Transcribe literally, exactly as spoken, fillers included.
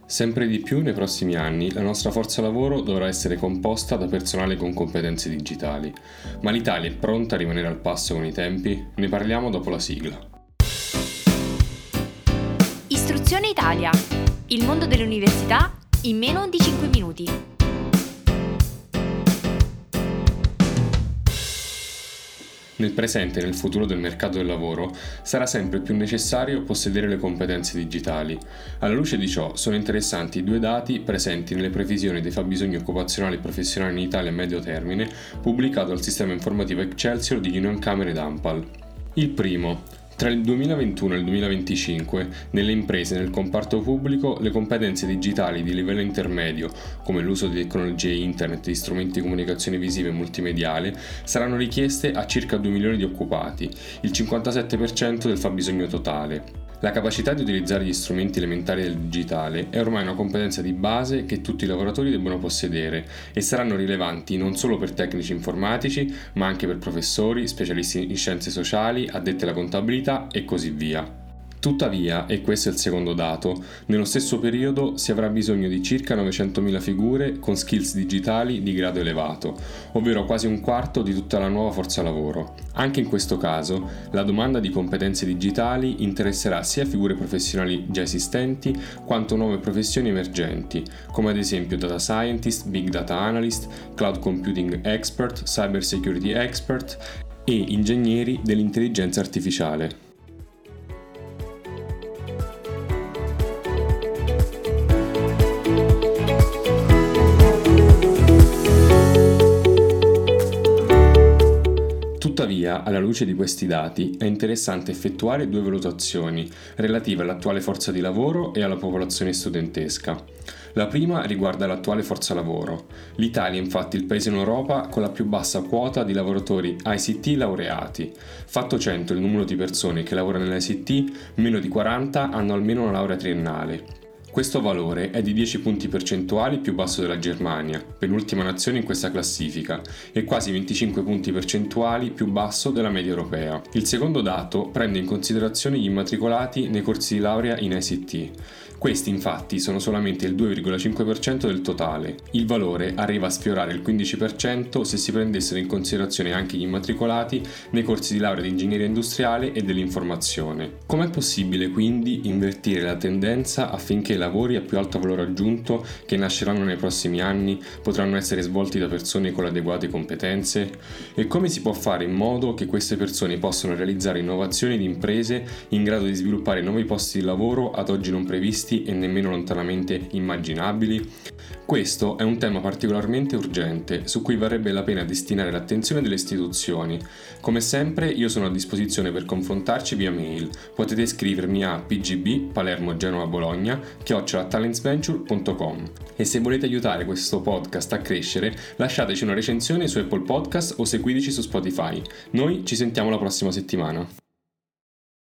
Sempre di più nei prossimi anni la nostra forza lavoro dovrà essere composta da personale con competenze digitali. Ma l'Italia è pronta a rimanere al passo con i tempi? Ne parliamo dopo la sigla. Istruzione Italia. Il mondo delle università in meno di cinque minuti. Nel presente e nel futuro del mercato del lavoro sarà sempre più necessario possedere le competenze digitali. Alla luce di ciò sono interessanti due dati presenti nelle previsioni dei fabbisogni occupazionali e professionali in Italia a medio termine, pubblicato dal sistema informativo Excelsior di Unioncamere ed ANPAL. Il primo. Tra il duemilaventuno e il duemilaventicinque, nelle imprese e nel comparto pubblico, le competenze digitali di livello intermedio, come l'uso di tecnologie internet e di strumenti di comunicazione visiva e multimediale, saranno richieste a circa due milioni di occupati, il cinquantasette per cento del fabbisogno totale. La capacità di utilizzare gli strumenti elementari del digitale è ormai una competenza di base che tutti i lavoratori debbono possedere e saranno rilevanti non solo per tecnici informatici, ma anche per professori, specialisti in scienze sociali, addetti alla contabilità e così via. Tuttavia, e questo è il secondo dato, nello stesso periodo si avrà bisogno di circa novecentomila figure con skills digitali di grado elevato, ovvero quasi un quarto di tutta la nuova forza lavoro. Anche in questo caso, la domanda di competenze digitali interesserà sia figure professionali già esistenti, quanto nuove professioni emergenti, come ad esempio data scientist, big data analyst, cloud computing expert, cyber security expert e ingegneri dell'intelligenza artificiale. Tuttavia, alla luce di questi dati, è interessante effettuare due valutazioni relative all'attuale forza di lavoro e alla popolazione studentesca. La prima riguarda l'attuale forza lavoro. L'Italia è infatti il paese in Europa con la più bassa quota di lavoratori I C T laureati. Fatto cento il numero di persone che lavorano nell'I C T, meno di quaranta hanno almeno una laurea triennale. Questo valore è di dieci punti percentuali più basso della Germania, penultima nazione in questa classifica, e quasi venticinque punti percentuali più basso della media europea. Il secondo dato prende in considerazione gli immatricolati nei corsi di laurea in I C T. Questi infatti sono solamente il due virgola cinque per cento del totale. Il valore arriva a sfiorare il quindici per cento se si prendessero in considerazione anche gli immatricolati nei corsi di laurea di ingegneria industriale e dell'informazione. Com'è possibile quindi invertire la tendenza affinché i lavori a più alto valore aggiunto che nasceranno nei prossimi anni potranno essere svolti da persone con le adeguate competenze? E come si può fare in modo che queste persone possano realizzare innovazioni di imprese in grado di sviluppare nuovi posti di lavoro ad oggi non previsti e nemmeno lontanamente immaginabili? Questo è un tema particolarmente urgente su cui varrebbe la pena destinare l'attenzione delle istituzioni. Come sempre io sono a disposizione per confrontarci via mail. Potete scrivermi a p g b palermo genova bologna chiocciola talentsventure punto com e se volete aiutare questo podcast a crescere lasciateci una recensione su Apple Podcast o seguiteci su Spotify. Noi ci sentiamo la prossima settimana.